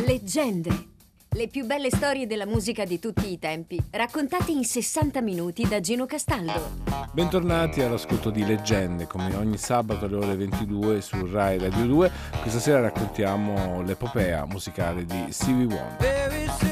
Leggende. Le più belle storie della musica di tutti i tempi, raccontate in 60 minuti da Gino Castaldo. Bentornati all'ascolto di Leggende, come ogni sabato alle ore 22 su Rai Radio 2. Questa sera raccontiamo l'epopea musicale di Stevie Wonder.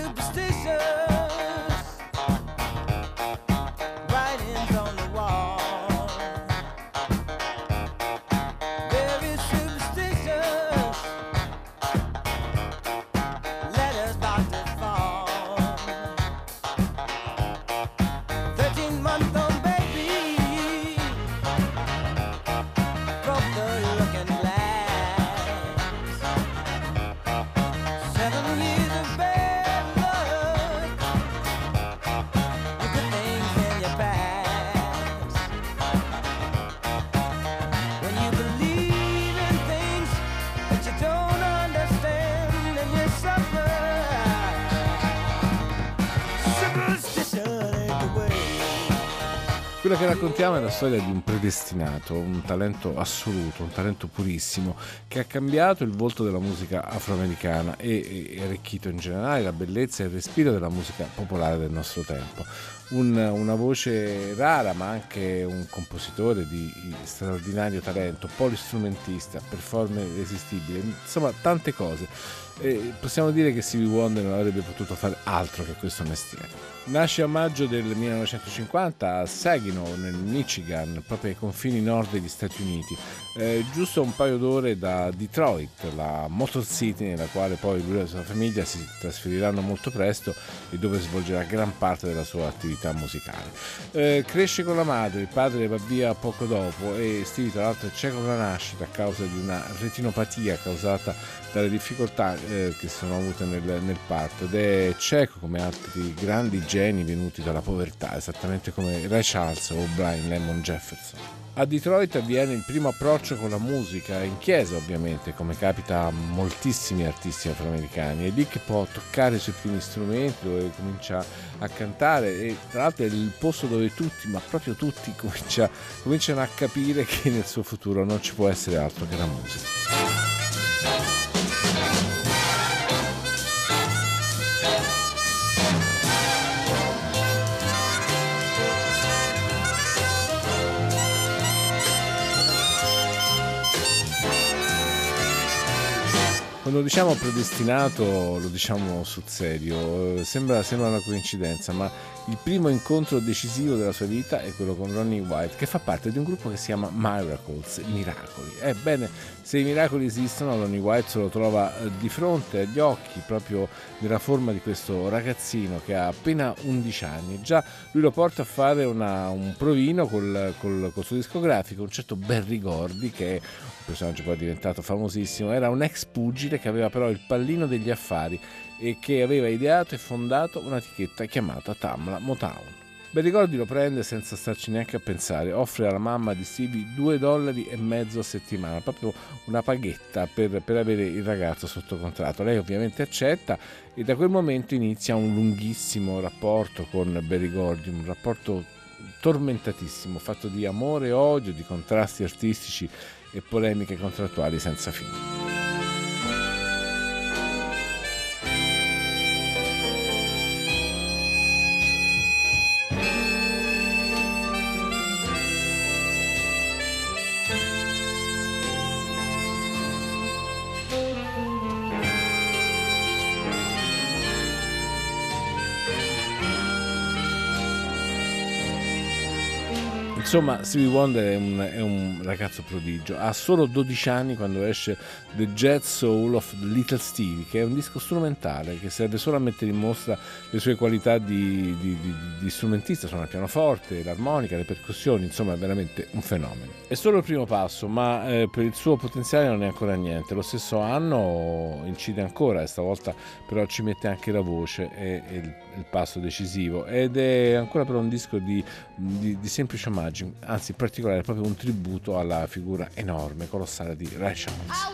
Quella che raccontiamo è la storia di un predestinato, un talento assoluto, un talento purissimo, che ha cambiato il volto della musica afroamericana e arricchito in generale la bellezza e il respiro della musica popolare del nostro tempo. Una voce rara, ma anche un compositore di straordinario talento, polistrumentista, performer irresistibile, insomma tante cose. Possiamo dire che Stevie Wonder non avrebbe potuto fare altro che questo mestiere. Nasce a maggio del 1950 a Saginaw, nel Michigan, proprio ai confini nord degli Stati Uniti, giusto un paio d'ore da Detroit, la Motor City nella quale poi lui e la sua famiglia si trasferiranno molto presto e dove svolgerà gran parte della sua attività musicale. Cresce con la madre, il padre va via poco dopo e Stevie tra l'altro è cieco alla nascita a causa di una retinopatia causata dalle difficoltà che sono avute nel parto, ed è cieco come altri grandi geni venuti dalla povertà, esattamente come Ray Charles o Brian Lemon Jefferson. A Detroit avviene il primo approccio con la musica, in chiesa ovviamente, come capita a moltissimi artisti afroamericani. È lì che può toccare i suoi primi strumenti, dove comincia a cantare, e tra l'altro è il posto dove tutti, ma proprio tutti, cominciano a capire che nel suo futuro non ci può essere altro che la musica. Quando diciamo predestinato lo diciamo sul serio, sembra una coincidenza, ma il primo incontro decisivo della sua vita è quello con Ronnie White, che fa parte di un gruppo che si chiama Miracles, Miracoli. Ebbene, se i miracoli esistono, Ronnie White se lo trova di fronte agli occhi, proprio nella forma di questo ragazzino che ha appena 11 anni. Già lui lo porta a fare un provino col suo discografico, un certo Berry Gordy, che è un personaggio poi diventato famosissimo, era un ex pugile che aveva però il pallino degli affari e che aveva ideato e fondato un'etichetta chiamata Tamla Motown. Berry Gordy lo prende senza starci neanche a pensare, offre alla mamma di Stevie $2.50 a settimana, proprio una paghetta per avere il ragazzo sotto contratto. Lei ovviamente accetta e da quel momento inizia un lunghissimo rapporto con Berry Gordy, un rapporto tormentatissimo, fatto di amore e odio, di contrasti artistici e polemiche contrattuali senza fine. Insomma, Stevie Wonder è un ragazzo prodigio. Ha solo 12 anni quando esce The Jazz Soul of the Little Stevie, che è un disco strumentale che serve solo a mettere in mostra le sue qualità di strumentista. Suona il pianoforte, l'armonica, le percussioni, insomma è veramente un fenomeno. È solo il primo passo, ma per il suo potenziale non è ancora niente. Lo stesso anno incide ancora e stavolta però ci mette anche la voce e il passo decisivo, ed è ancora però un disco di semplice omaggio, anzi in particolare proprio un tributo alla figura enorme, colossale di Ray Charles.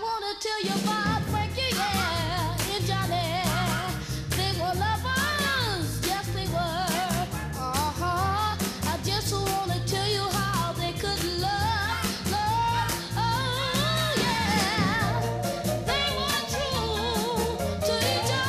To each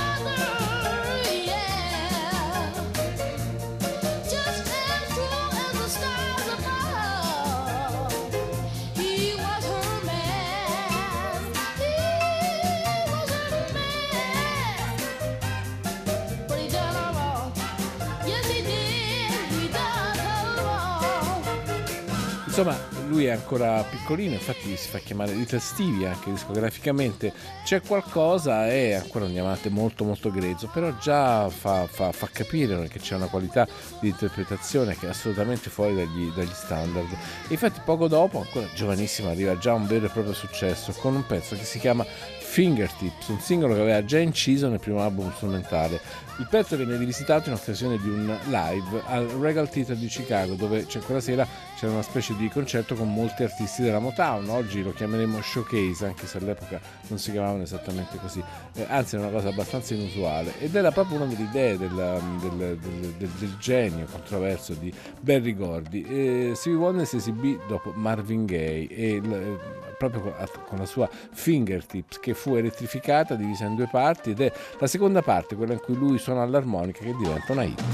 Insomma, lui è ancora piccolino, infatti si fa chiamare Little Stevie anche discograficamente. C'è qualcosa, è ancora un diamante molto molto grezzo, però già fa capire che c'è una qualità di interpretazione che è assolutamente fuori dagli standard. E infatti poco dopo, ancora giovanissimo, arriva già un vero e proprio successo con un pezzo che si chiama Fingertips, un singolo che aveva già inciso nel primo album strumentale. Il pezzo viene rivisitato in occasione di un live al Regal Theatre di Chicago, dove quella sera c'era una specie di concerto con molti artisti della Motown. Oggi lo chiameremo showcase, anche se all'epoca non si chiamavano esattamente così, anzi è una cosa abbastanza inusuale, ed era proprio una delle idee del genio controverso di Berry Gordy. Stevie Wonder si esibì dopo Marvin Gaye e proprio con la sua Fingertips, che fu elettrificata, divisa in due parti, ed è la seconda parte, quella in cui lui suona all'armonica, che diventa una hit.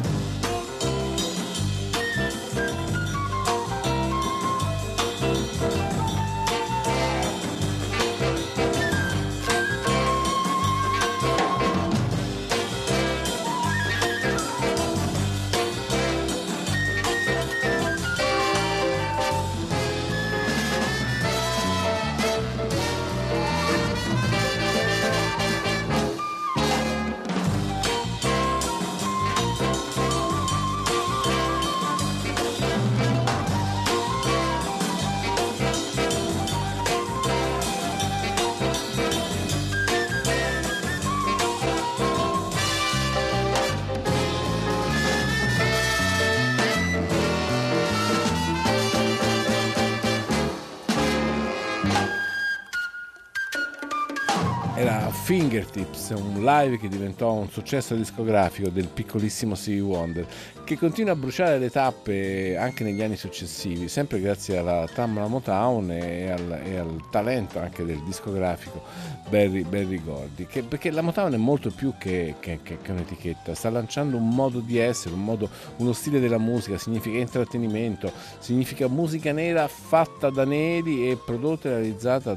Era Fingertips, un live che diventò un successo discografico del piccolissimo Stevie Wonder, che continua a bruciare le tappe anche negli anni successivi, sempre grazie alla Tamla Motown e al talento anche del discografico Berry Gordy, perché la Motown è molto più che un'etichetta, sta lanciando un modo di essere, uno stile della musica, significa intrattenimento, significa musica nera fatta da neri e prodotta e realizzata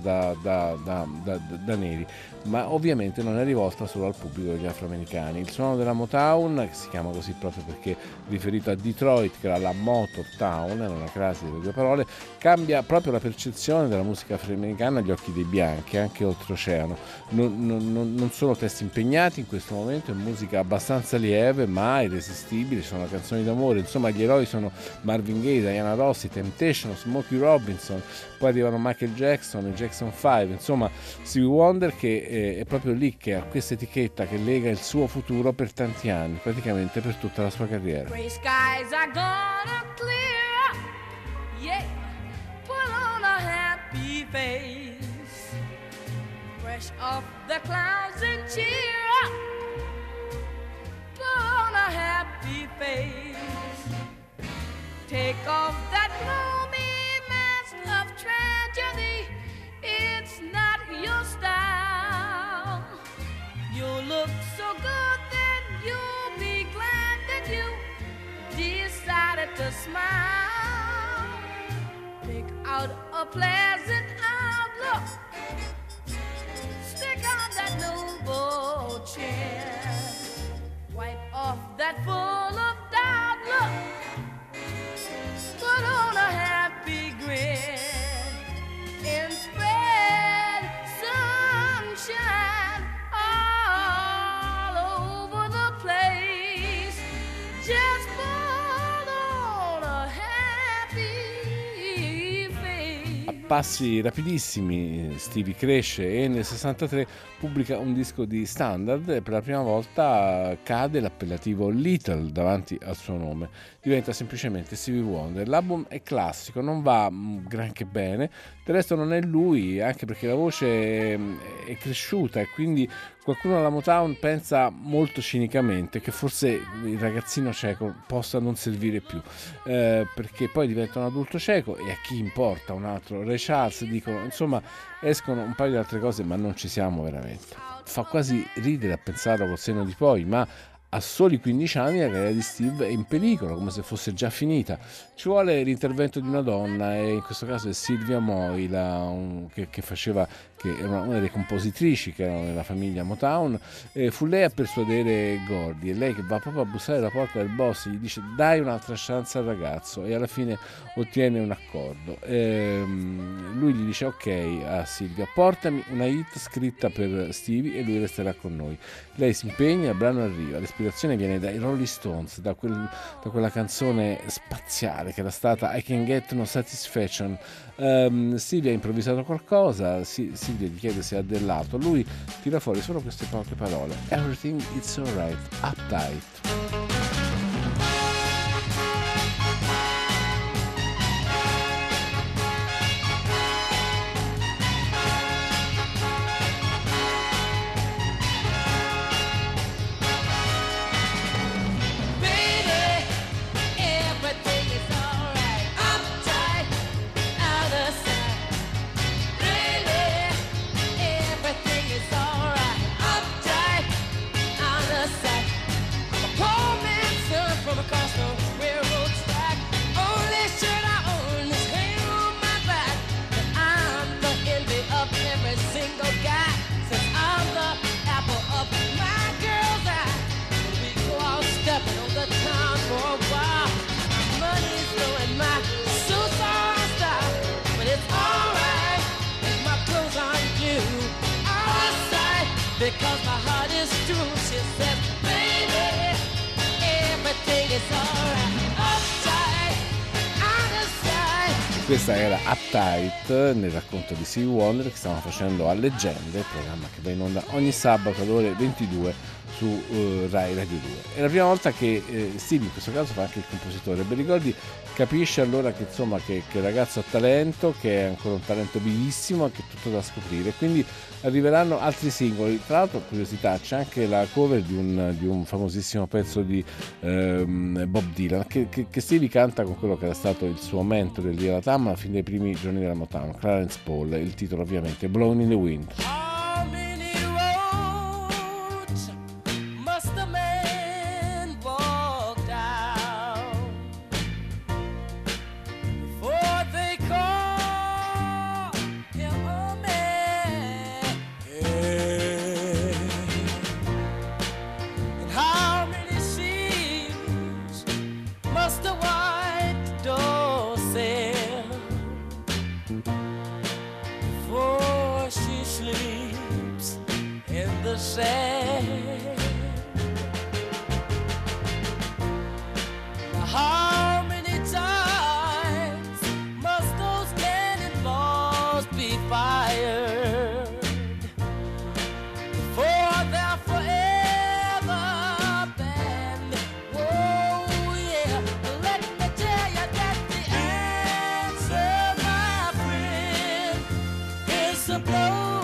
da neri, ma ovviamente non è rivolta solo al pubblico degli afroamericani. Il suono della Motown, che si chiama così proprio perché riferito a Detroit, che era la Motor Town, era una crasi delle due parole, cambia proprio la percezione della musica afroamericana agli occhi dei bianchi, anche oltreoceano. Non sono testi impegnati in questo momento, è musica abbastanza lieve ma irresistibile, sono canzoni d'amore, insomma gli eroi sono Marvin Gaye, Diana Ross, Temptation, Smokey Robinson, poi arrivano Michael Jackson e Jackson 5, insomma Stevie Wonder che è proprio lì che ha questa etichetta che lega il suo futuro per tanti anni, praticamente per tutta la sua carriera. Gray skies are gonna clear up, yeah, put on a happy face, brush off the clouds and cheer up, put on a happy face, take off that gloomy mask of tragedy, it's not your style, you look so good then you'll be glad that you decided to smile, pick out a pleasant outlook, stick on that noble chin, wipe off that full of doubt look, put on a happy grin, and spread sunshine all over the place, just put on a happy face. A passi rapidissimi Stevie cresce e nel 63 pubblica un disco di standard e per la prima volta cade l'appellativo Little davanti al suo nome, diventa semplicemente Stevie Wonder. L'album è classico, non va granché bene, del resto non è lui, anche perché la voce è cresciuta e quindi qualcuno alla Motown pensa molto cinicamente che forse il ragazzino cieco possa non servire più, perché poi diventa un adulto cieco e a chi importa un altro Ray Charles, dicono, insomma escono un paio di altre cose ma non ci siamo veramente. Fa quasi ridere a pensarlo col senno di poi, ma a soli 15 anni la carriera di Steve è in pericolo, come se fosse già finita. Ci vuole l'intervento di una donna e in questo caso è Sylvia Moy, che faceva che era una delle compositrici che erano nella famiglia Motown. Fu lei a persuadere Gordy, e lei che va proprio a bussare alla porta del boss gli dice dai un'altra chance al ragazzo, e alla fine ottiene un accordo. Lui gli dice ok a Silvia, portami una hit scritta per Stevie e lui resterà con noi. Lei si impegna, il brano arriva, l'ispirazione viene dai Rolling Stones, da quella canzone spaziale che era stata I Can Get No Satisfaction. Silvia ha improvvisato qualcosa, Silvia gli chiede se ha del lato, lui tira fuori solo queste poche parole: Everything is alright, uptight. Because my heart is true, she says, baby, everything is alright. Uptight, out of sight. Questa era Uptight nel racconto di Stevie Wonder che stiamo facendo a Leggende, programma che va in onda ogni sabato alle ore 22 su Rai Radio 2. È la prima volta che Stevie in questo caso fa anche il compositore. Ben ricordi, capisce allora che insomma che il ragazzo ha talento, che è ancora un talento vivissimo e che è tutto da scoprire, quindi arriveranno altri singoli. Tra l'altro, curiosità, c'è anche la cover di un famosissimo pezzo di Bob Dylan che Stevie canta con quello che era stato il suo mentore lì alla TAM alla fine dei primi giorni della Motown, Clarence Paul. Il titolo ovviamente Blown in the Wind. How many roads must a man walk down before they call him a man? And how many seas must a white dove sail before she sleeps in the sand? How many times must those cannonballs be fired before they're forever banned? Oh yeah, let me tell you that the answer, my friend, is a blow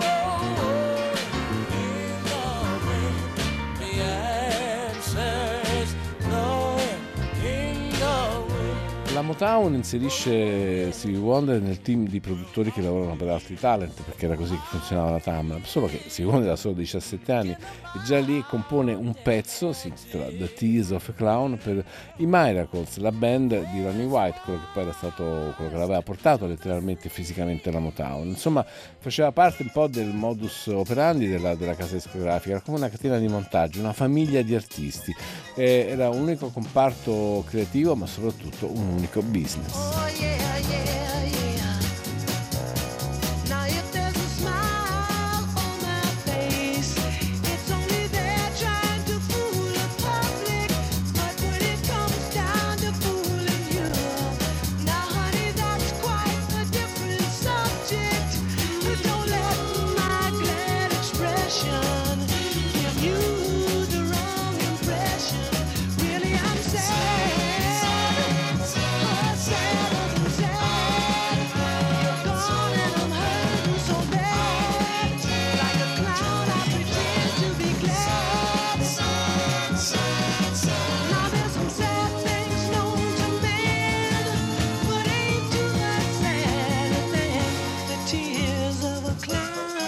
in the wind. The answer is blowing in the wind. La Motown inserisce Stevie Wonder nel team di produttori che lavorano per altri talent, perché era così che funzionava la TAM, solo che Stevie Wonder aveva solo 17 anni e già lì compone un pezzo, si intitola The Tears of a Clown, per i Miracles, la band di Ronnie White, quello che poi era stato quello che l'aveva portato letteralmente e fisicamente alla Motown. Insomma, faceva parte un po' del modus operandi della casa discografica, era come una catena di montaggio, una famiglia di artisti. Era un unico comparto creativo, ma soprattutto un unico business. Oh yeah, yeah, yeah. Now if there's a smile on my face, it's only there trying to fool the public. But when it comes down to fooling you, now honey, that's quite a different subject. Don't let my glad expression give you the wrong impression. Really, I'm sad. Oh, sad.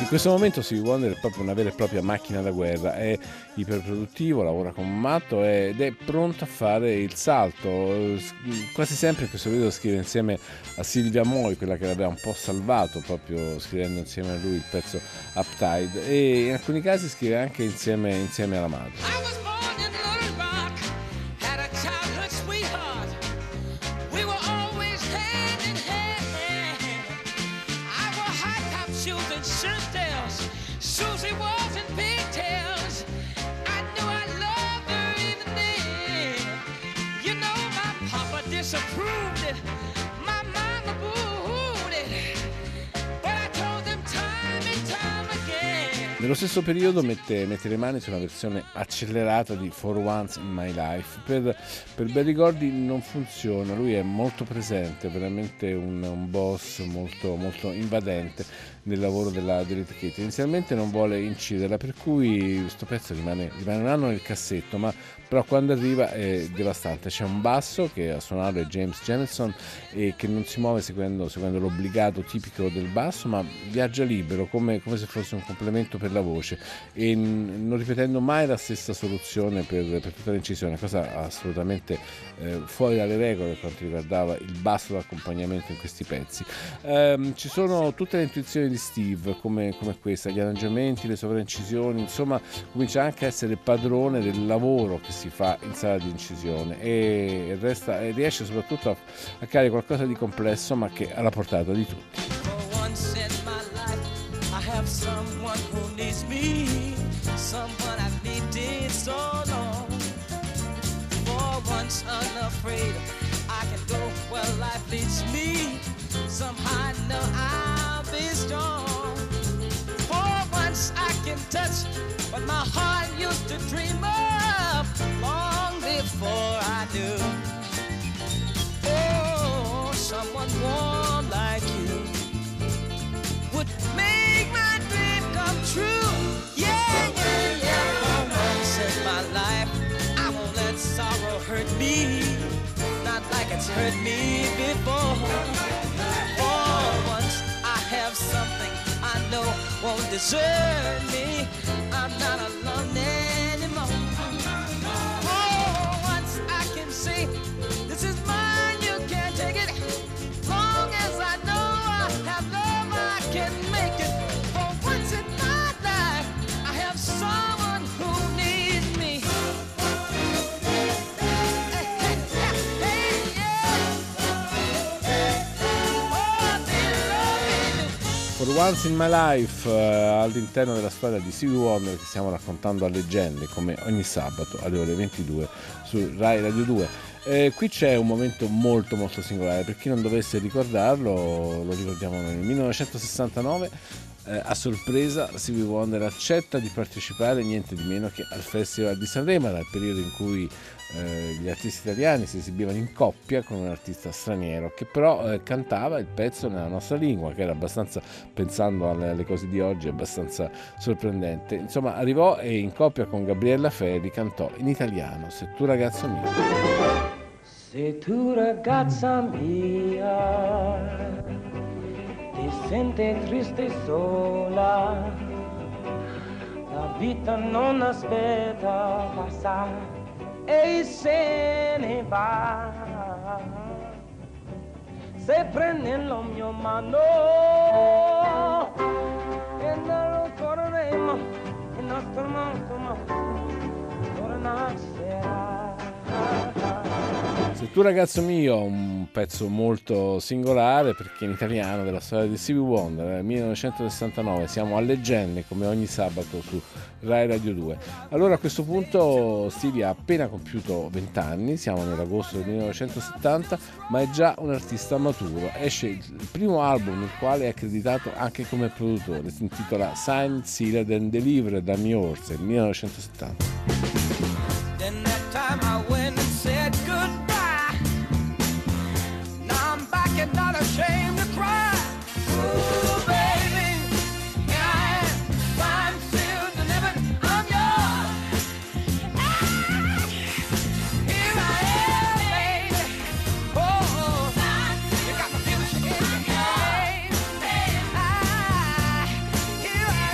questo momento Stevie Wonder è proprio una vera e propria macchina da guerra, è iperproduttivo, lavora come un matto ed è pronto a fare il salto. Quasi sempre in questo periodo scrive insieme a Silvia Moi, quella che l'aveva un po' salvato, proprio scrivendo insieme a lui il pezzo Uptide, e in alcuni casi scrive anche insieme alla madre. Disapproved it, my mama booed it, but I told them time and time again. Nello stesso periodo mette le mani su una versione accelerata di For Once in My Life. Per Berry Gordy non funziona, lui è molto presente, veramente un boss molto, molto invadente nel lavoro dell'etichetta. Inizialmente non vuole inciderla, per cui questo pezzo rimane un anno nel cassetto, ma però quando arriva è devastante. C'è un basso che a suonare è James Jameson e che non si muove seguendo l'obbligato tipico del basso, ma viaggia libero come se fosse un complemento per la voce e non ripetendo mai la stessa soluzione per tutta l'incisione, cosa assolutamente fuori dalle regole per quanto riguardava il basso d'accompagnamento in questi pezzi. Ci sono tutte le intuizioni di Steve come questa, gli arrangiamenti, le sovraincisioni, insomma comincia anche a essere padrone del lavoro che si fa in sala di incisione e riesce soprattutto a creare qualcosa di complesso ma che è alla portata di tutti. Someone who needs me, someone I've needed so long. For once unafraid, I can go where life leads me. Somehow I know I'll be strong. For once I can touch what my heart used to dream of long before I knew. Oh, someone warm like you would make my dream come true. Yeah, yeah, yeah. For once in my life, I won't let sorrow hurt me, not like it's hurt me before. For once I have something I know won't desert me. I'm not alone anymore. For once I can say, this is mine, you can't take it. Long as I know I have love, I can make it. For once in my life, I have someone who needs me. Hey, hey, hey, yeah. Oh, they love me. For Once in My Life, all'interno della storia di Stevie Wonder che stiamo raccontando a leggende come ogni sabato alle ore 22 su Rai Radio 2. Qui c'è un momento molto molto singolare, per chi non dovesse ricordarlo lo ricordiamo noi. Nel 1969 a sorpresa Stevie Wonder accetta di partecipare niente di meno che al Festival di Sanremo, era il periodo in cui gli artisti italiani si esibivano in coppia con un artista straniero che però cantava il pezzo nella nostra lingua, che era abbastanza, pensando alle cose di oggi, abbastanza sorprendente. Insomma, arrivò e in coppia con Gabriella Ferri cantò in italiano Se tu ragazzo mio. Se tu ragazza mia ti senti triste e sola, la vita non aspetta passare e se ne va. Se prendi la mia mano e non correremo, il nostro mondo tornerà. Se tu ragazzo mio, un pezzo molto singolare perché in italiano della storia di Stevie Wonder, nel 1969, siamo a leggende come ogni sabato su Rai Radio 2. Allora a questo punto Stevie ha appena compiuto 20 anni, siamo nell'agosto del 1970, ma è già un artista maturo. Esce il primo album nel quale è accreditato anche come produttore, si intitola Signed, Sealed and Delivered da Yours, del 1970. Then that time I went and said goodbye. Now I'm back and not ashamed to cry. Ooh, baby, here I am, signed, sealed, delivered, I'm yours. Ah, here I am, baby. Oh, you got my feelings shaking. Ah, here I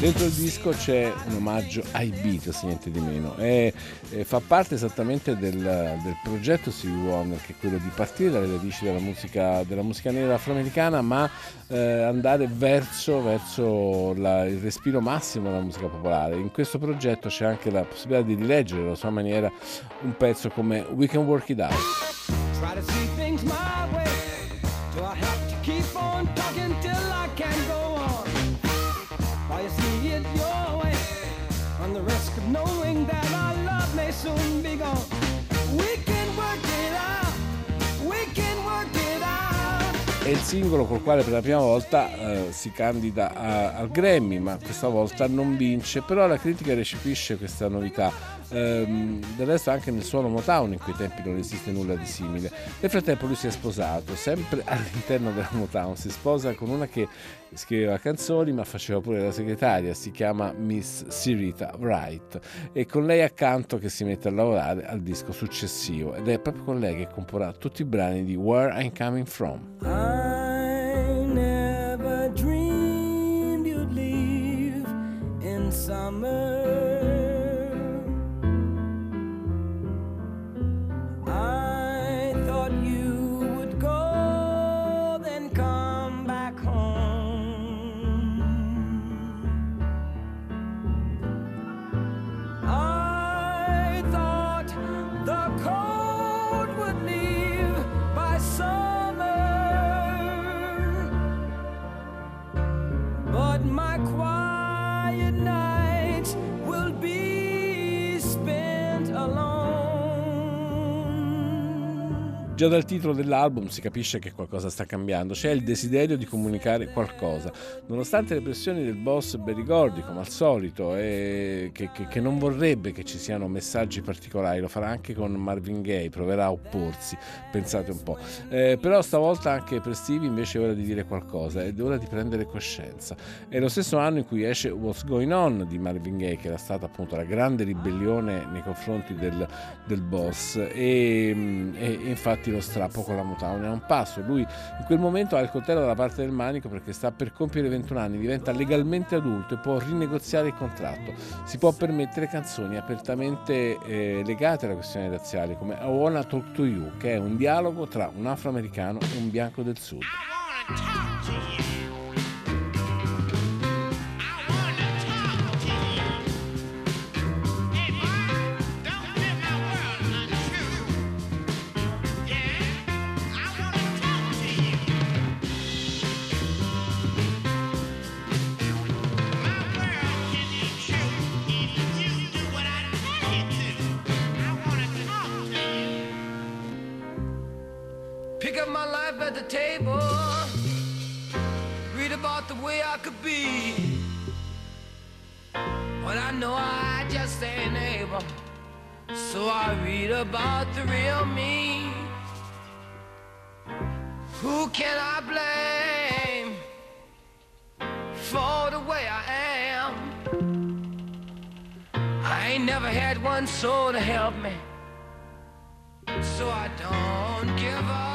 Dentro il disco c'è un omaggio ai Beatles, niente di meno, e fa parte esattamente del progetto Stevie Wonder, che è quello di partire dalle radici della musica nera afroamericana, ma andare verso il respiro massimo della musica popolare. In questo progetto c'è anche la possibilità di rileggere alla sua maniera un pezzo come We Can Work It Out. Try to see things my way. Do I have to keep on talking till I can't go on? While you see it your way, run the risk of knowing that our love may soon be gone. We can work it out. We can work it out. È il singolo col quale per la prima volta si candida al Grammy, ma questa volta non vince, però la critica recepisce questa novità. Del resto anche nel suono Motown in quei tempi non esiste nulla di simile. Nel frattempo lui si è sposato, sempre all'interno della Motown, si sposa con una che scriveva canzoni ma faceva pure la segretaria, si chiama Miss Syreeta Wright, e con lei accanto che si mette a lavorare al disco successivo, ed è proprio con lei che comporrà tutti i brani di Where I'm Coming From. I never dreamed you'd leave in summer. I thought you would go, then come back home. I thought the cold would leave by summer, but my quiet nights will be spent alone. Già dal titolo dell'album si capisce che qualcosa sta cambiando, c'è il desiderio di comunicare qualcosa, nonostante le pressioni del boss Berry Gordy, come al solito, che non vorrebbe che ci siano messaggi particolari. Lo farà anche con Marvin Gaye, proverà a opporsi, pensate un po'. Però stavolta anche per Stevie invece è ora di dire qualcosa, ed è ora di prendere coscienza. È lo stesso anno in cui esce What's Going On di Marvin Gaye, che era stata appunto la grande ribellione nei confronti del boss, e infatti lo strappo con la Motown è a un passo. Lui in quel momento ha il coltello dalla parte del manico perché sta per compiere 21 anni, diventa legalmente adulto e può rinegoziare il contratto, si può permettere canzoni apertamente legate alla questione razziale, come I Wanna Talk to You, che è un dialogo tra un afroamericano e un bianco del sud. Pick up my life at the table, read about the way I could be, but I know I just ain't able, so I read about the real me. Who can I blame for the way I am? I ain't never had one soul to help me, so I don't give up.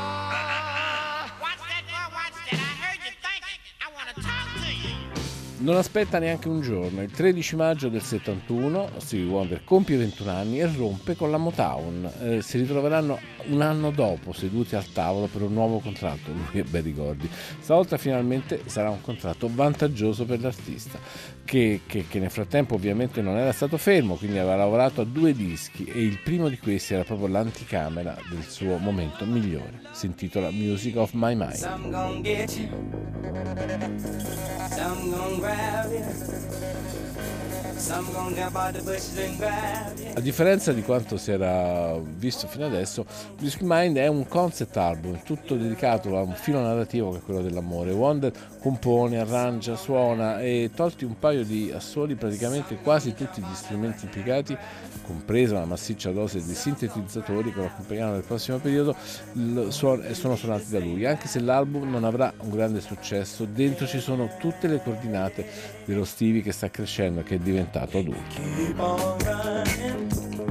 Non aspetta neanche un giorno, il 13 maggio del 71 Stevie Wonder compie 21 anni e rompe con la Motown. Si ritroveranno un anno dopo seduti al tavolo per un nuovo contratto, lui e Berry Gordy. Stavolta finalmente sarà un contratto vantaggioso per l'artista, che nel frattempo ovviamente non era stato fermo, quindi aveva lavorato a 2 dischi, e il primo di questi era proprio l'anticamera del suo momento migliore. Si intitola Music of My Mind. Some gon' get you, some gon' grab you, some gon' jump out the bushes and grab you. A differenza di quanto si era visto fino adesso, Music Mind è un concept album, tutto dedicato a un filo narrativo che è quello dell'amore. Wonder compone, arrangia, suona, e tolti un paio di assoli praticamente quasi tutti gli strumenti impiegati, compresa una massiccia dose di sintetizzatori che lo accompagneranno nel prossimo periodo, sono suonati da lui. Anche se l'album non avrà un grande successo, dentro ci sono tutte le coordinate dello Stevie che sta crescendo e che è diventato adulto. Keep on running,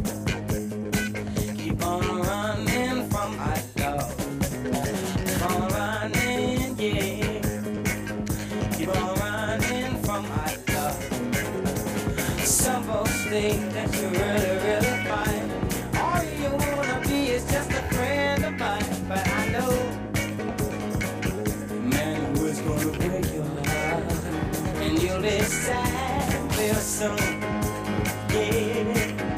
keep on running from my love. Keep on running, yeah. Keep on running from my love. think that you're really, really fine. All you wanna be is just a friend of mine. But I know, man, who is gonna break your heart, and you'll be sad real soon. Yeah.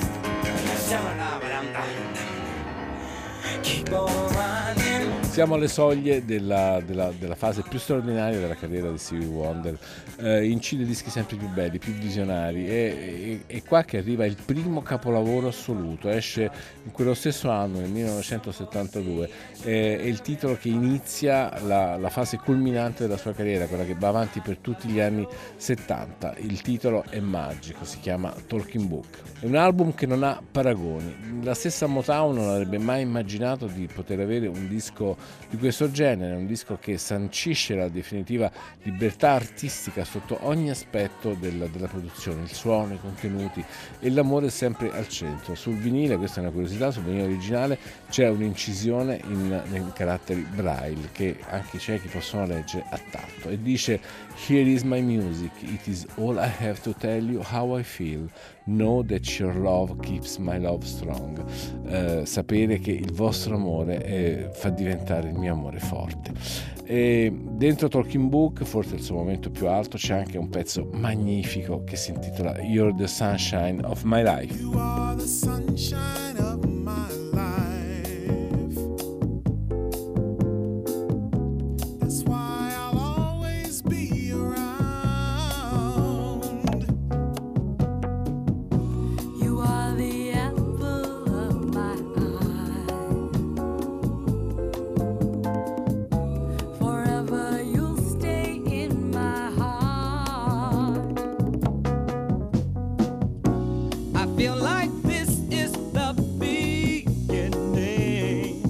Keep on running. Siamo alle soglie della fase più straordinaria della carriera di Stevie Wonder. Incide dischi sempre più belli, più visionari, e qua che arriva il primo capolavoro assoluto. Esce in quello stesso anno, nel 1972, è il titolo che inizia la fase culminante della sua carriera, quella che va avanti per tutti gli anni 70. Il titolo è magico, si chiama Talking Book. È un album che non ha paragoni. La stessa Motown non avrebbe mai immaginato di poter avere un disco di questo genere, un disco che sancisce la definitiva libertà artistica sotto ogni aspetto della produzione, il suono, i contenuti e l'amore sempre al centro. Sul vinile, questa è una curiosità, sul vinile originale c'è un'incisione in caratteri braille che anche i ciechi possono leggere a tatto, e dice: "Here is my music, it is all I have to tell you how I feel. Know that your love keeps my love strong." Sapere che il vostro amore fa diventare il mio amore forte. E dentro Talking Book, forse il suo momento più alto, c'è anche un pezzo magnifico che si intitola You're the Sunshine of My Life. You are the sunshine of my life. That's why I'll always be around. You are the apple of my eye. Forever you'll stay in my heart. I feel like this is the beginning.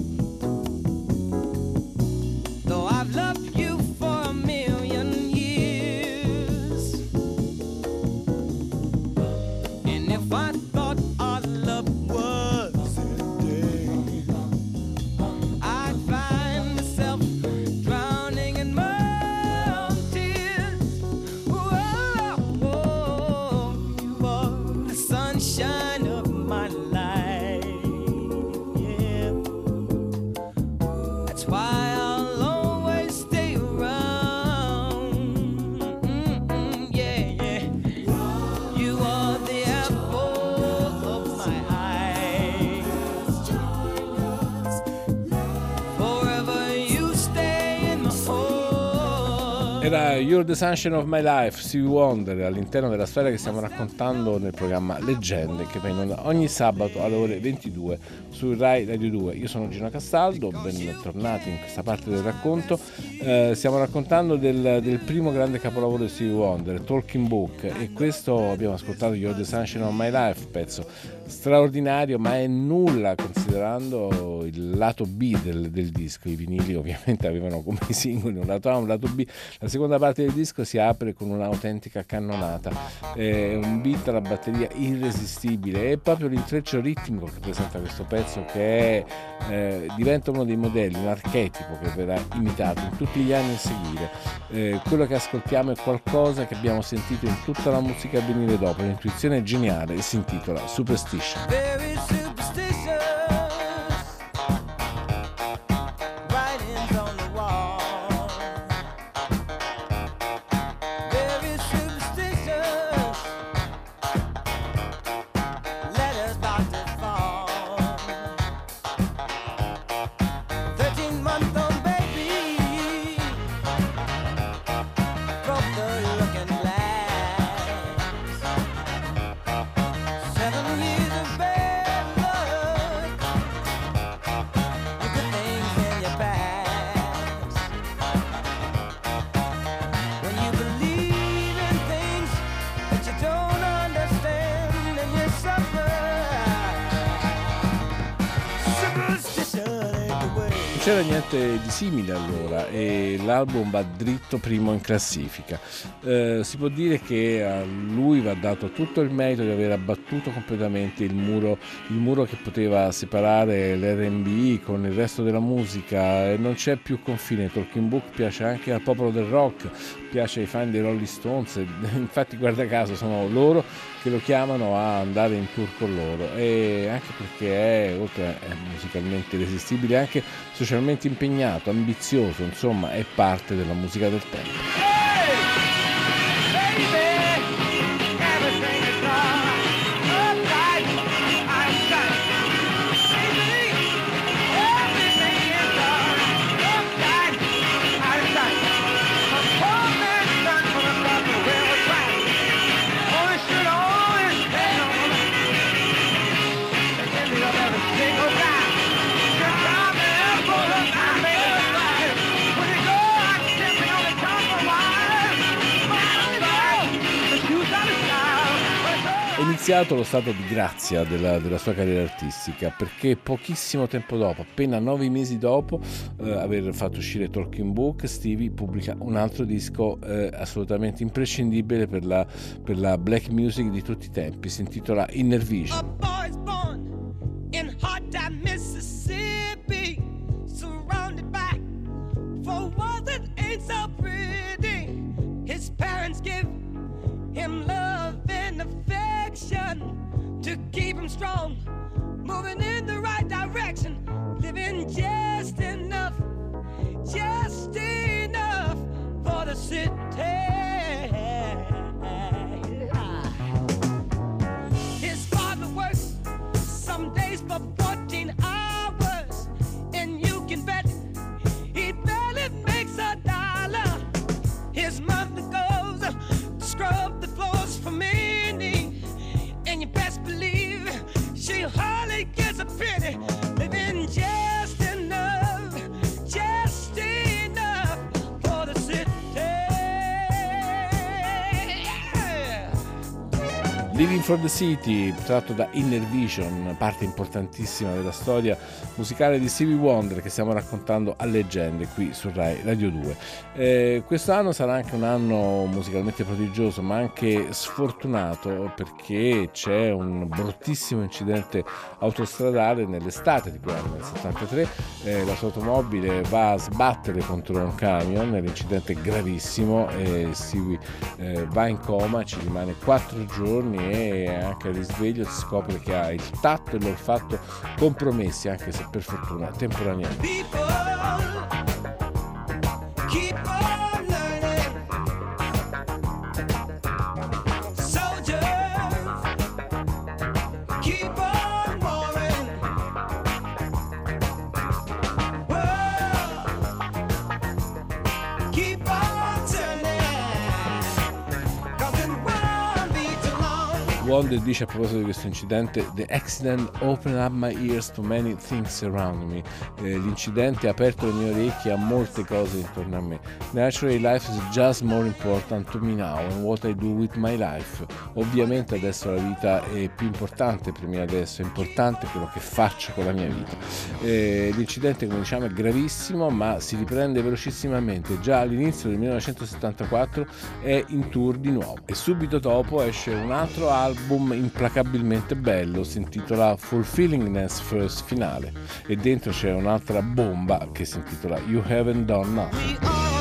Though I've loved you for a million years, and if I thought our love was ending, I'd find myself drowning in my own tears. Whoa, whoa, you are the sunshine of my life. Yeah, that's why I'll always stay around. Yeah, yeah. You are the apple of my eye. Forever you stay in my heart. Era You're the Sunshine of My Life, Stevie Wonder, all'interno della storia che stiamo raccontando nel programma Leggende, che va in onda ogni sabato alle ore 22 su Rai Radio 2. Io sono Gino Castaldo, bentornati in questa parte del racconto. Stiamo raccontando del primo grande capolavoro di Stevie Wonder, Talking Book, e questo abbiamo ascoltato, You're the Sunshine of My Life, pezzo straordinario, ma è nulla considerando il lato B del disco. I vinili ovviamente avevano come singoli un lato A, un lato B. La seconda parte del disco si apre con un'autentica cannonata, un beat alla batteria irresistibile, e proprio l'intreccio ritmico che presenta questo pezzo che diventa uno dei modelli, un archetipo che verrà imitato in tutti gli anni a seguire. Quello che ascoltiamo è qualcosa che abbiamo sentito in tutta la musica a venire dopo, l'intuizione geniale, e si intitola Superstition. Very superstitious. Writings on the wall. Very superstitious. Letters about to fall. 13-month-old baby broke the looking glass. 7 years of bad luck. c'era niente di simile allora e l'album va dritto primo in classifica. Si può dire che a lui va dato tutto il merito di aver abbattuto completamente il muro che poteva separare l'R&B con il resto della musica. Non c'è più confine. Talking Book piace anche al popolo del rock, piace ai fan dei Rolling Stones, infatti guarda caso sono loro che lo chiamano a andare in tour con loro, e anche perché è, oltre a musicalmente irresistibile, anche socialmente impegnato, ambizioso, insomma è parte della musica del tempo. È iniziato lo stato di grazia della sua carriera artistica, perché pochissimo tempo dopo, appena 9 mesi dopo aver fatto uscire Talking Book, Stevie pubblica un altro disco assolutamente imprescindibile per la black music di tutti i tempi, si intitola Inner Vision. Him love and affection to keep him strong, moving in the right direction, living just enough for the city. His father works some days for 14 hours, and you can bet he barely makes $1. His mother goes to scrub the floors for me, and you best believe she hardly gets a penny, living just enough for the city. Living for the City, tratto da Inner Vision, parte importantissima della storia musicale di Stevie Wonder che stiamo raccontando a leggende qui su Rai Radio 2. Quest'anno sarà anche un anno musicalmente prodigioso, ma anche sfortunato, perché c'è un bruttissimo incidente autostradale nell'estate di quell'anno, nel 73. La sua automobile va a sbattere contro un camion, l'incidente è gravissimo e Stevie va in coma, ci rimane 4 giorni e anche al risveglio si scopre che ha il tatto e l'olfatto compromessi, anche se per fortuna temporaneamente. Wonder dice a proposito di questo incidente: "The accident opened up my ears to many things around me." L'incidente ha aperto le mie orecchie a molte cose intorno a me. "Naturally life is just more important to me now and what I do with my life." Ovviamente adesso la vita è più importante per me, adesso è importante quello che faccio con la mia vita. L'incidente, come diciamo, è gravissimo, ma si riprende velocissimamente. Già all'inizio del 1974 è in tour di nuovo e subito dopo esce un altro album implacabilmente bello, si intitola Fulfillingness First Finale, e dentro c'è un'altra bomba che si intitola You Haven't Done Nothing.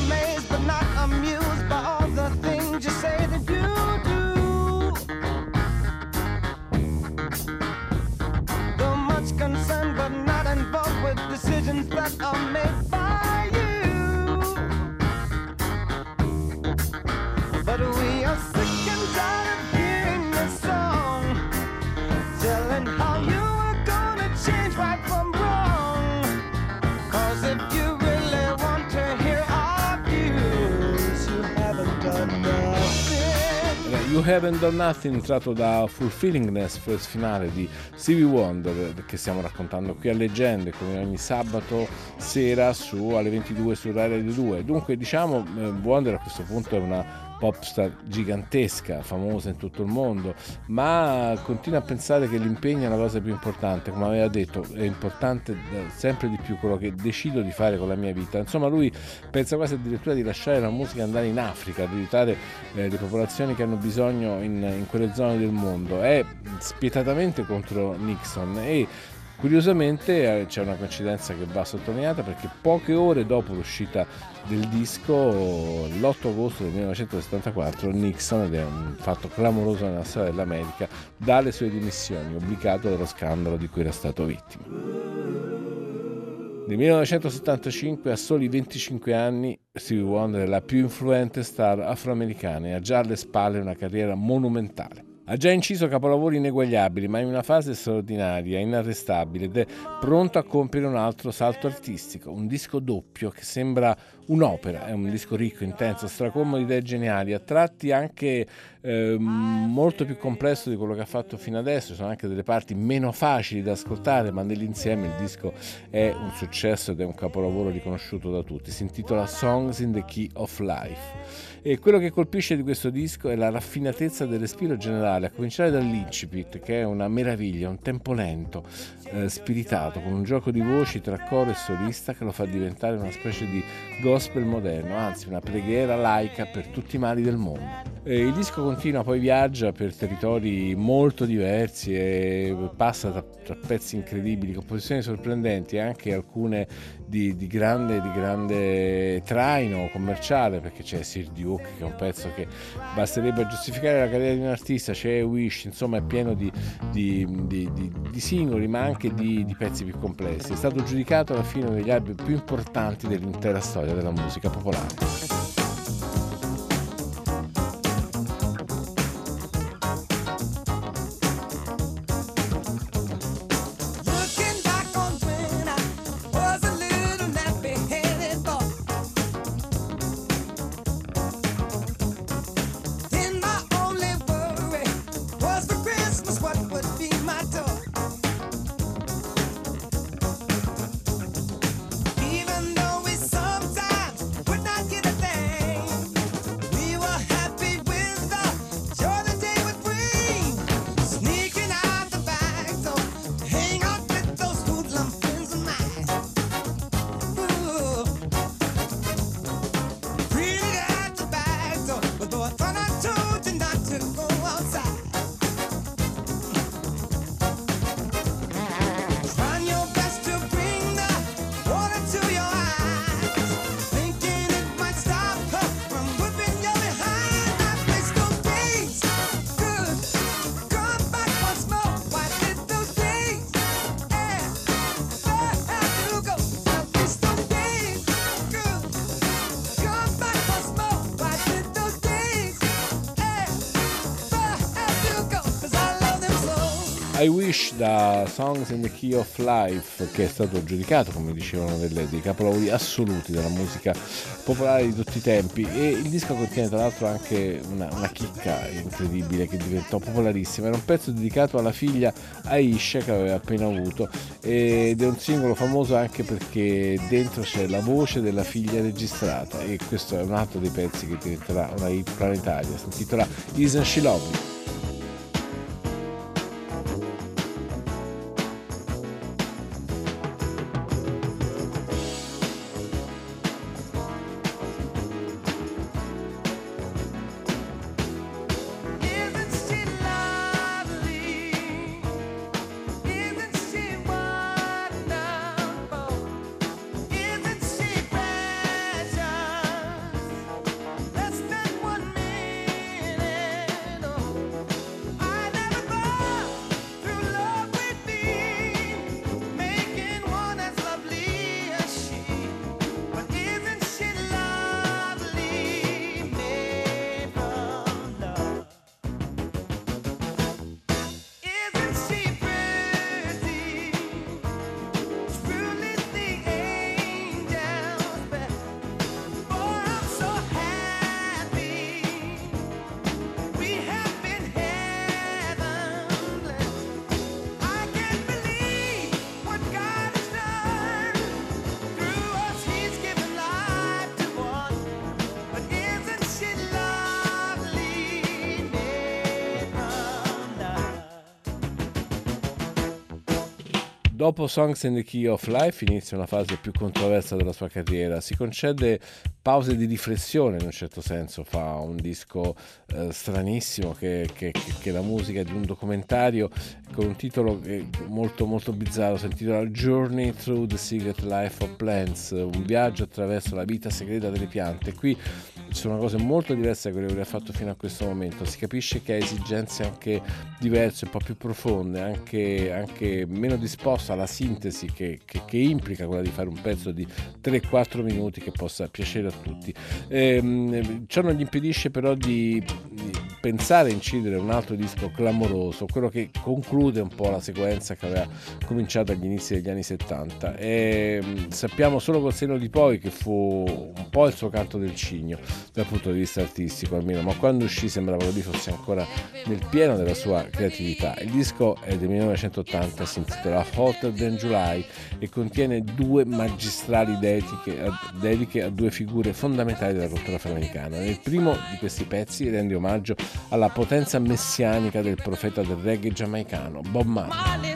You Haven't Done Nothing, tratto da Fulfillingness First Finale di Stevie Wonder, che stiamo raccontando qui a Leggende, come ogni sabato sera alle 22 su Rai Radio 2. Dunque, diciamo, Wonder a questo punto è una popstar gigantesca, famosa in tutto il mondo, ma continua a pensare che l'impegno è la cosa più importante. Come aveva detto, è importante sempre di più quello che decido di fare con la mia vita. Insomma, lui pensa quasi addirittura di lasciare la musica e andare in Africa, di aiutare le popolazioni che hanno bisogno in quelle zone del mondo. È spietatamente contro Nixon e curiosamente c'è una coincidenza che va sottolineata, perché poche ore dopo l'uscita del disco, l'8 agosto del 1974, Nixon, ed è un fatto clamoroso nella storia dell'America, dà le sue dimissioni, obbligato dallo scandalo di cui era stato vittima. Nel 1975, a soli 25 anni, Stevie Wonder è la più influente star afroamericana e ha già alle spalle una carriera monumentale. Ha già inciso capolavori ineguagliabili, ma in una fase straordinaria, inarrestabile, ed è pronto a compiere un altro salto artistico, un disco doppio che sembra un'opera. È un disco ricco, intenso, stracolmo di idee geniali, a tratti anche molto più complesso di quello che ha fatto fino adesso. Ci sono anche delle parti meno facili da ascoltare, ma nell'insieme il disco è un successo ed è un capolavoro riconosciuto da tutti. Si intitola Songs in the Key of Life. E quello che colpisce di questo disco è la raffinatezza del respiro generale, a cominciare dall'incipit, che è una meraviglia, un tempo lento, spiritato, con un gioco di voci tra coro e solista che lo fa diventare una specie di gospel moderno, anzi una preghiera laica per tutti i mali del mondo. Il disco continua, poi viaggia per territori molto diversi e passa tra pezzi incredibili, composizioni sorprendenti e anche alcune di grande traino commerciale, perché c'è Sir Duke, che è un pezzo che basterebbe a giustificare la carriera di un artista, c'è Wish, insomma è pieno di singoli, ma anche di pezzi più complessi. È stato giudicato alla fine uno degli album più importanti dell'intera storia della musica popolare. I Wish, da Songs in the Key of Life, che è stato giudicato, come dicevano, dei capolavori assoluti della musica popolare di tutti i tempi. E il disco contiene tra l'altro anche una chicca incredibile che diventò popolarissima. Era un pezzo dedicato alla figlia Aisha, che aveva appena avuto, ed è un singolo famoso anche perché dentro c'è la voce della figlia registrata, e questo è un altro dei pezzi che diventerà una hit planetaria. Si intitola Isn't She Lovely? Let's spend 1 minute Dopo Songs in the Key of Life inizia una fase più controversa della sua carriera, si concede pause di riflessione in un certo senso, fa un disco stranissimo che è la musica di un documentario con un titolo molto molto bizzarro, si intitola Journey Through the Secret Life of Plants, un viaggio attraverso la vita segreta delle piante. Qui ci sono cose molto diverse da quelle che ha fatto fino a questo momento, si capisce che ha esigenze anche diverse, un po' più profonde, anche meno disposta alla sintesi che implica quella di fare un pezzo di 3-4 minuti che possa piacere a tutti. Ciò non gli impedisce però di pensare a incidere un altro disco clamoroso, quello che conclude un po' la sequenza che aveva cominciato agli inizi degli anni 70, e sappiamo solo col senno di poi che fu un po' il suo canto del cigno dal punto di vista artistico almeno, ma quando uscì sembrava che lui fosse ancora nel pieno della sua creatività. Il disco è del 1980, si intitola Hotter Than July e contiene 2 magistrali dediche a 2 figure fondamentali della cultura afroamericana. Nel primo di questi pezzi rende omaggio alla potenza messianica del profeta del reggae giamaicano, Bob Marley.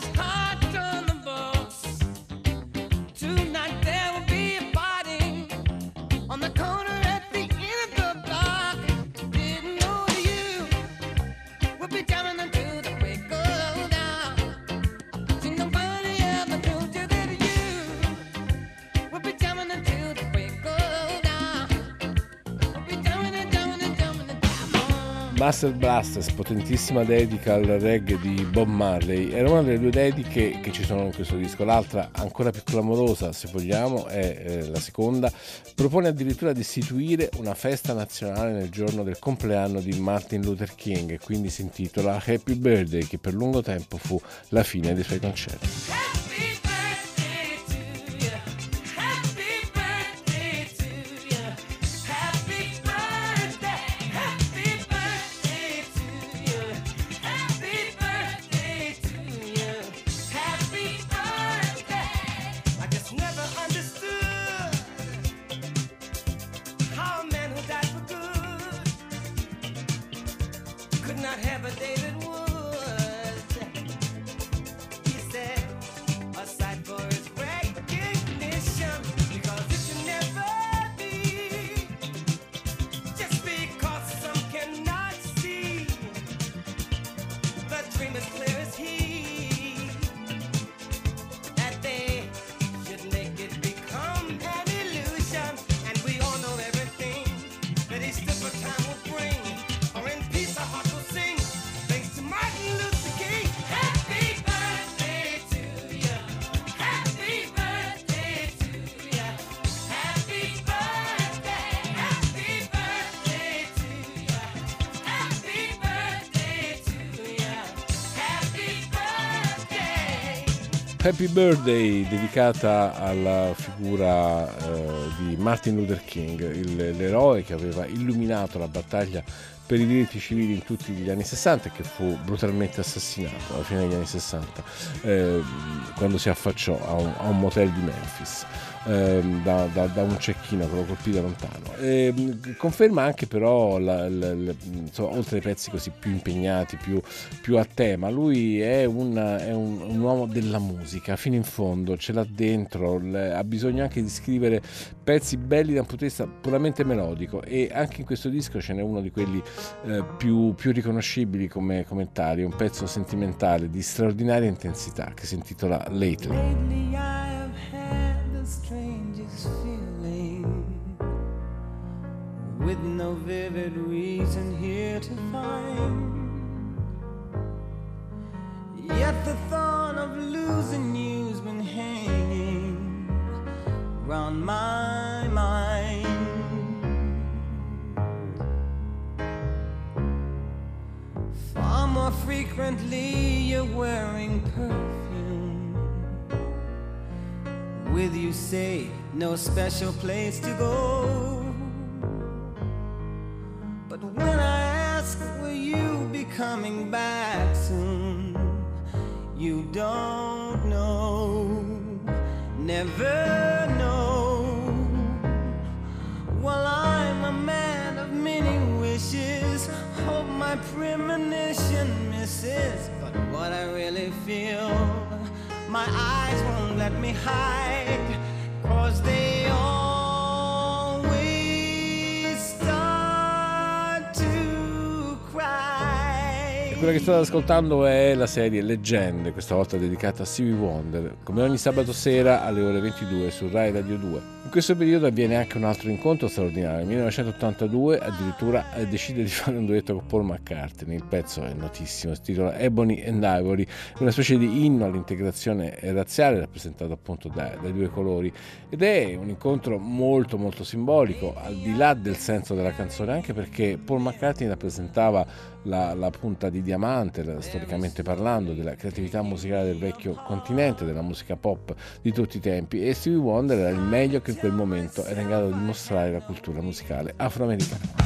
Master Blasters, potentissima dedica al reggae di Bob Marley, era una delle 2 dediche che ci sono in questo disco. L'altra, ancora più clamorosa se vogliamo, è la seconda. Propone addirittura di istituire una festa nazionale nel giorno del compleanno di Martin Luther King e quindi si intitola Happy Birthday, che per lungo tempo fu la fine dei suoi concerti. Happy Birthday, dedicata alla figura di Martin Luther King, l'eroe che aveva illuminato la battaglia per i diritti civili in tutti gli anni 60 e che fu brutalmente assassinato alla fine degli anni 60 quando si affacciò a un motel di Memphis. Da un cecchino che lo colpì da lontano. Conferma anche però insomma, oltre ai pezzi così più impegnati, più a tema, lui è un uomo della musica fino in fondo, ce l'ha dentro, ha bisogno anche di scrivere pezzi belli da un punto di vista puramente melodico, e anche in questo disco ce n'è uno di quelli più riconoscibili come commentari, un pezzo sentimentale di straordinaria intensità che si intitola Lately. Strangest feeling, with no vivid reason here to find, yet the thought of losing you's been hanging round my mind. Far more frequently you're wearing perfume, with you say no special place to go. But when I ask will you be coming back soon, you don't know, never know. Well, I'm a man of many wishes, hope my premonition misses, but what I really feel my eyes won't let me hide, 'cause they always start to cry. Quella che state ascoltando è la serie Leggende, questa volta dedicata a Stevie Wonder, come ogni sabato sera alle ore 22 su Rai Radio 2. In questo periodo avviene anche un altro incontro straordinario. Nel 1982 addirittura decide di fare un duetto con Paul McCartney. Il pezzo è notissimo, si intitola Ebony and Ivory, una specie di inno all'integrazione razziale rappresentato appunto dai due colori, ed è un incontro molto molto simbolico, al di là del senso della canzone, anche perché Paul McCartney rappresentava la punta di diamante, storicamente parlando, della creatività musicale del vecchio continente, della musica pop di tutti i tempi, e Stevie Wonder era il meglio che in quel momento era in grado di mostrare la cultura musicale afroamericana.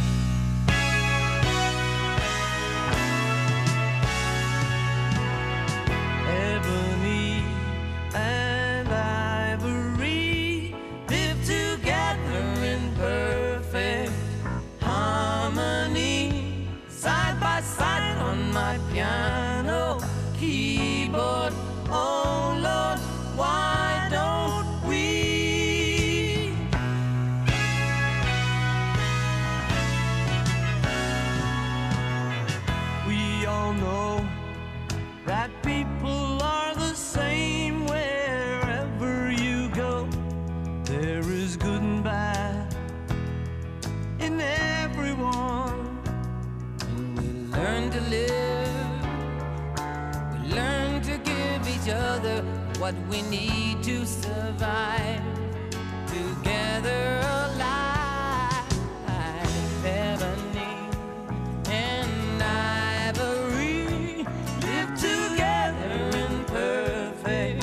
What we need to survive together alive. Ebony and ivory live together in perfect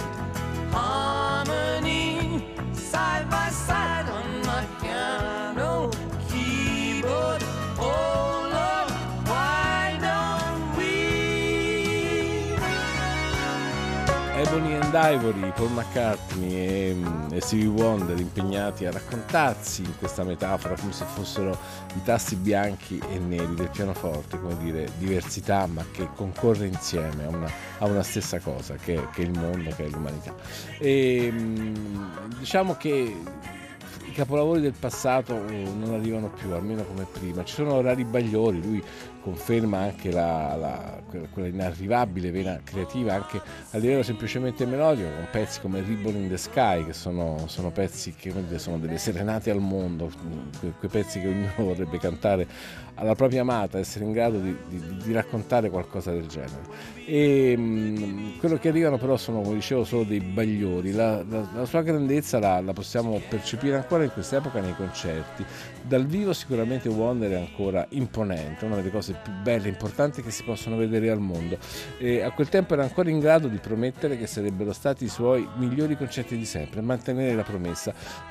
harmony, side by side on my piano keyboard. Oh Lord, why don't we? Ebony and Ivory, Paul McCartney e Stevie Wonder impegnati a raccontarsi in questa metafora come se fossero i tasti bianchi e neri del pianoforte, come dire, diversità ma che concorre insieme a una stessa cosa che è il mondo, che è l'umanità. E diciamo che i capolavori del passato non arrivano più, almeno come prima. Ci sono rari bagliori, lui conferma anche quella inarrivabile vena creativa anche a livello semplicemente melodico, con pezzi come Ribbon in the Sky, che sono pezzi che sono delle serenate al mondo, quei pezzi che ognuno vorrebbe cantare alla propria amata, essere in grado di raccontare qualcosa del genere. E quello che arrivano però sono, come dicevo, solo dei bagliori. La sua grandezza la possiamo percepire ancora in quest'epoca nei concerti. Dal vivo sicuramente Wonder è ancora imponente, una delle cose più belle e importanti che si possono vedere al mondo, e a quel tempo era ancora in grado di promettere che sarebbero stati i suoi migliori concerti di sempre, mantenere la promessa.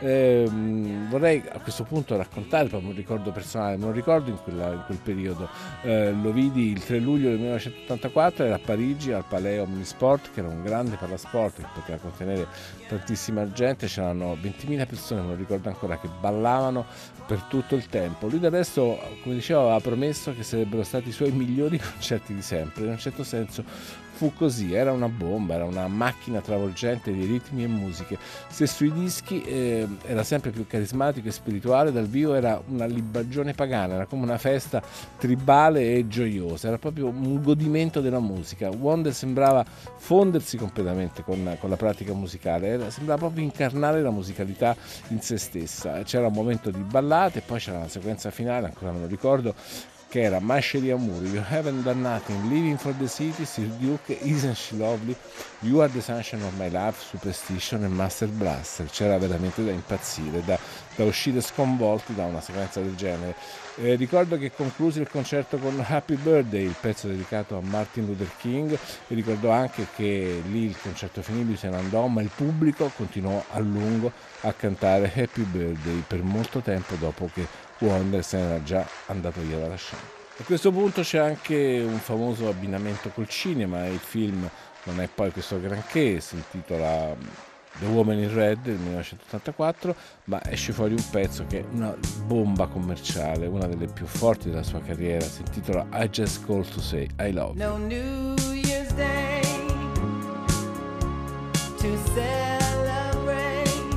Vorrei a questo punto raccontare proprio un ricordo personale, me lo ricordo in quel periodo, lo vidi il 3 luglio del 1984, era a Parigi al Palais Omnisport, che era un grande palasport che poteva contenere tantissima gente, c'erano 20.000 persone, me lo ricordo ancora, che ballavano per tutto il tempo. Lui del resto, come dicevo, aveva promesso che sarebbero stati i suoi migliori concerti di sempre, in un certo senso fu così, era una bomba, era una macchina travolgente di ritmi e musiche. Se sui dischi era sempre più carismatico e spirituale, dal vivo era una libagione pagana, era come una festa tribale e gioiosa, era proprio un godimento della musica. Wonder sembrava fondersi completamente con la pratica musicale, sembrava proprio incarnare la musicalità in se stessa. C'era un momento di ballate e poi c'era la sequenza finale, ancora me lo ricordo, che era My Sherry Amour, You Haven't Done Nothing, Living for the City, Steve Duke, Isn't She Lovely, You Are the Sunshine of My Love, Superstition e Master Blaster. C'era veramente da impazzire, da uscire sconvolti da una sequenza del genere. Ricordo che concluse il concerto con Happy Birthday, il pezzo dedicato a Martin Luther King, e ricordo anche che lì il concerto finì, lui se ne andò, ma il pubblico continuò a lungo a cantare Happy Birthday per molto tempo dopo che Wonder se n'era già andato via dalla scena. A questo punto c'è anche un famoso abbinamento col cinema, il film non è poi questo granché, si intitola The Woman in Red del 1984, ma esce fuori un pezzo che è una bomba commerciale, una delle più forti della sua carriera, si intitola I Just Called to Say I Love You. No New Year's Day to celebrate.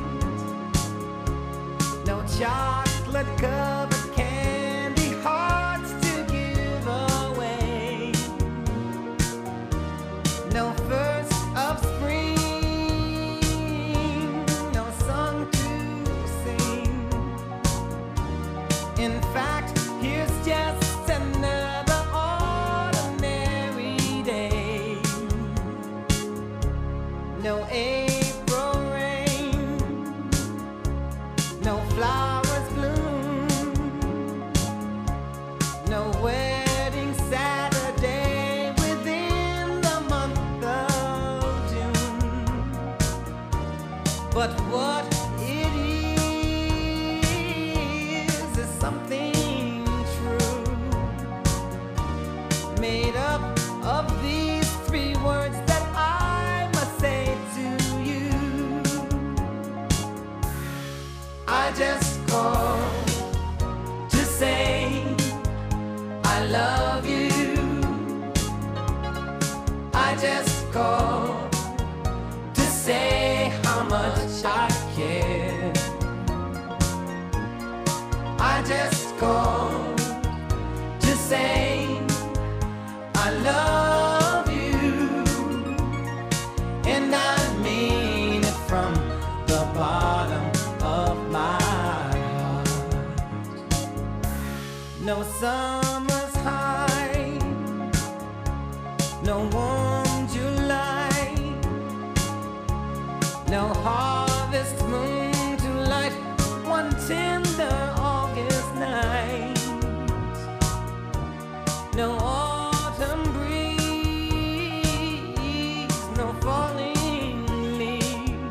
No chocolate covered candy hearts to give away. No first of spring, no song to sing. In fact, here's just another ordinary day. No April rain, no flowers bloom, no wedding Saturday within the month of June. But what it is something true, made up of these three words that I must say to you. I just called to say I love you. I just called to say how much I care. I just called to say I love you, and I mean it from the bottom of my heart. No summer's high, no warm July, no harvest moon to light one tender August night. No autumn breeze, no falling leaves,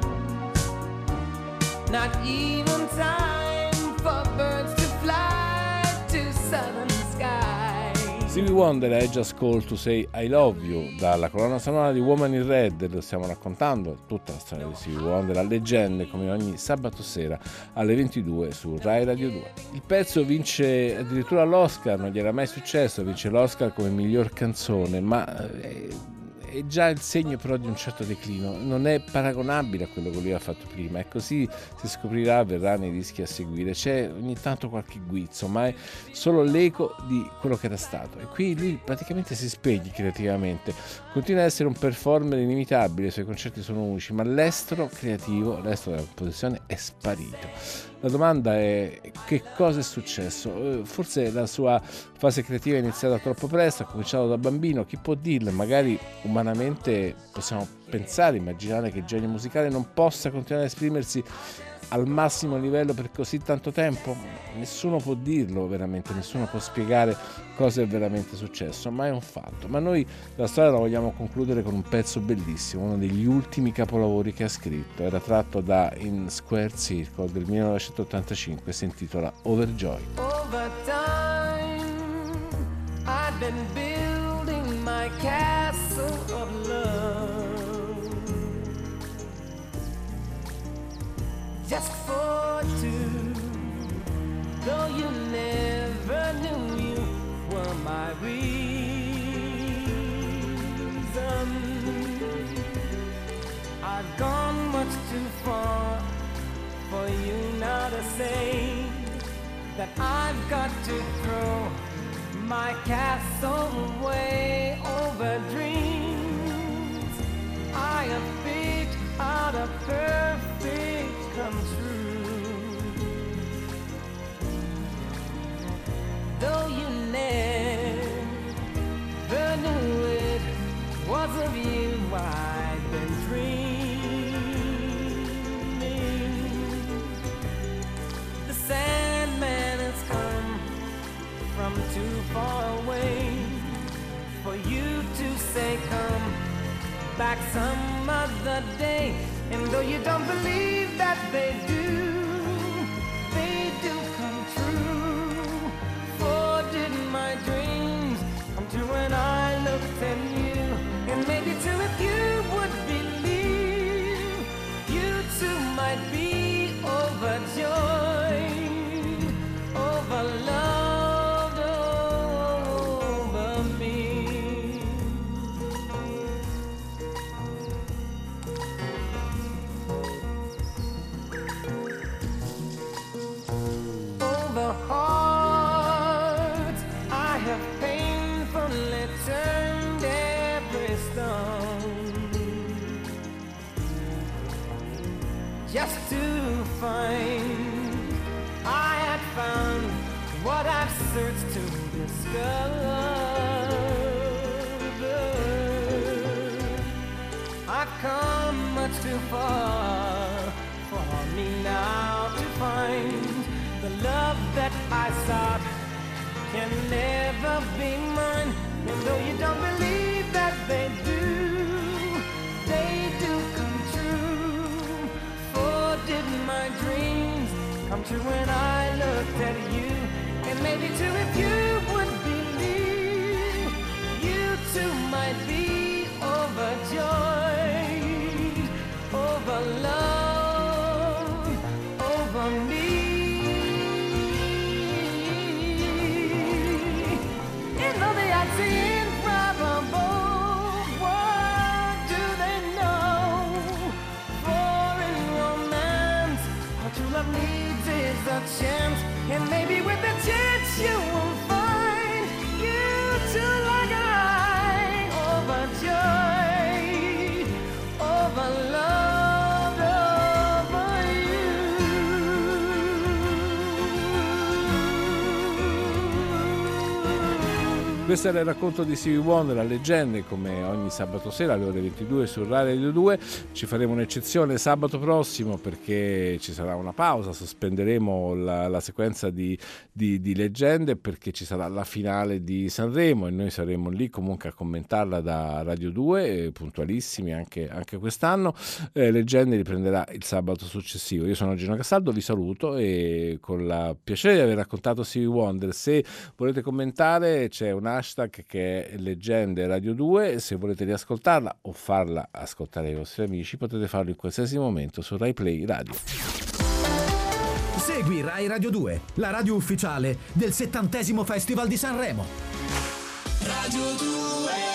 not even time for birds to fly to southern skies. Stevie Wonder, I Just Call to Say I Love You, dalla colonna sonora di Woman in Red. Lo stiamo raccontando tutta la storia di Stevie Wonder a leggende, come ogni sabato sera alle 22 su Rai Radio 2. Il pezzo vince addirittura l'Oscar, non gli era mai successo, vince l'Oscar come miglior canzone, ma è già il segno però di un certo declino, non è paragonabile a quello che lui ha fatto prima, e così si scoprirà, verrà nei dischi a seguire. C'è ogni tanto qualche guizzo, ma è solo l'eco di quello che era stato, e qui lui praticamente si spegne creativamente, continua ad essere un performer inimitabile, i suoi concerti sono unici, ma l'estro creativo, l'estro della composizione è sparito. La domanda è: che cosa è successo? Forse la sua fase creativa è iniziata troppo presto, ha cominciato da bambino, chi può dirlo? Magari umanamente possiamo pensare, immaginare che il genio musicale non possa continuare ad esprimersi al massimo livello per così tanto tempo? Nessuno può dirlo veramente, nessuno può spiegare cosa è veramente successo, ma è un fatto. Ma noi la storia la vogliamo concludere con un pezzo bellissimo, uno degli ultimi capolavori che ha scritto, era tratto da In Square Circle del 1985, si intitola Overjoy. Over time, I've been building my castle of love, just for two, though you never knew you were my reason. I've gone much too far for you now to say that I've got to throw my castle away over dreams I have picked out a perfect come true. Though you never knew it was of you I've been dreaming. The Sandman has come from too far away for you to say come back some other day. And though you don't believe that they do come true. For did my dreams come true when I looked at you? And maybe too if you would believe, you too might be overjoyed, overloved over me. just to find I had found what I've searched to discover. I've come much too far for me now to find the love that I sought can never be mine. And though you don't believe that they do come true. For did my dreams come true when I looked at you? And maybe too if you would believe, you too might be overjoyed over love, over me. And though the odds seem improbable, what do they know? For in romance, what true love needs is a chance. And maybe with a chance you will find you too like I, overjoyed over love, over you. Questo era il racconto di Stevie Wonder, la leggende, come ogni sabato sera alle ore 22 su Rai Radio 2. Ci faremo un'eccezione sabato prossimo perché ci sarà una pausa, sospenderemo la sequenza di leggende perché ci sarà la finale di Sanremo e noi saremo lì comunque a commentarla da Radio 2, puntualissimi anche quest'anno. Leggende riprenderà il sabato successivo. Io sono Gino Castaldo, vi saluto e con la piacere di aver raccontato Stevie Wonder. Se volete commentare c'è un hashtag che è Leggende Radio 2, se volete riascoltarla o farla ascoltare ai vostri amici potete farlo in qualsiasi momento su Rai Play Radio. Segui Rai Radio 2, la radio ufficiale del 70° Festival di Sanremo. Radio 2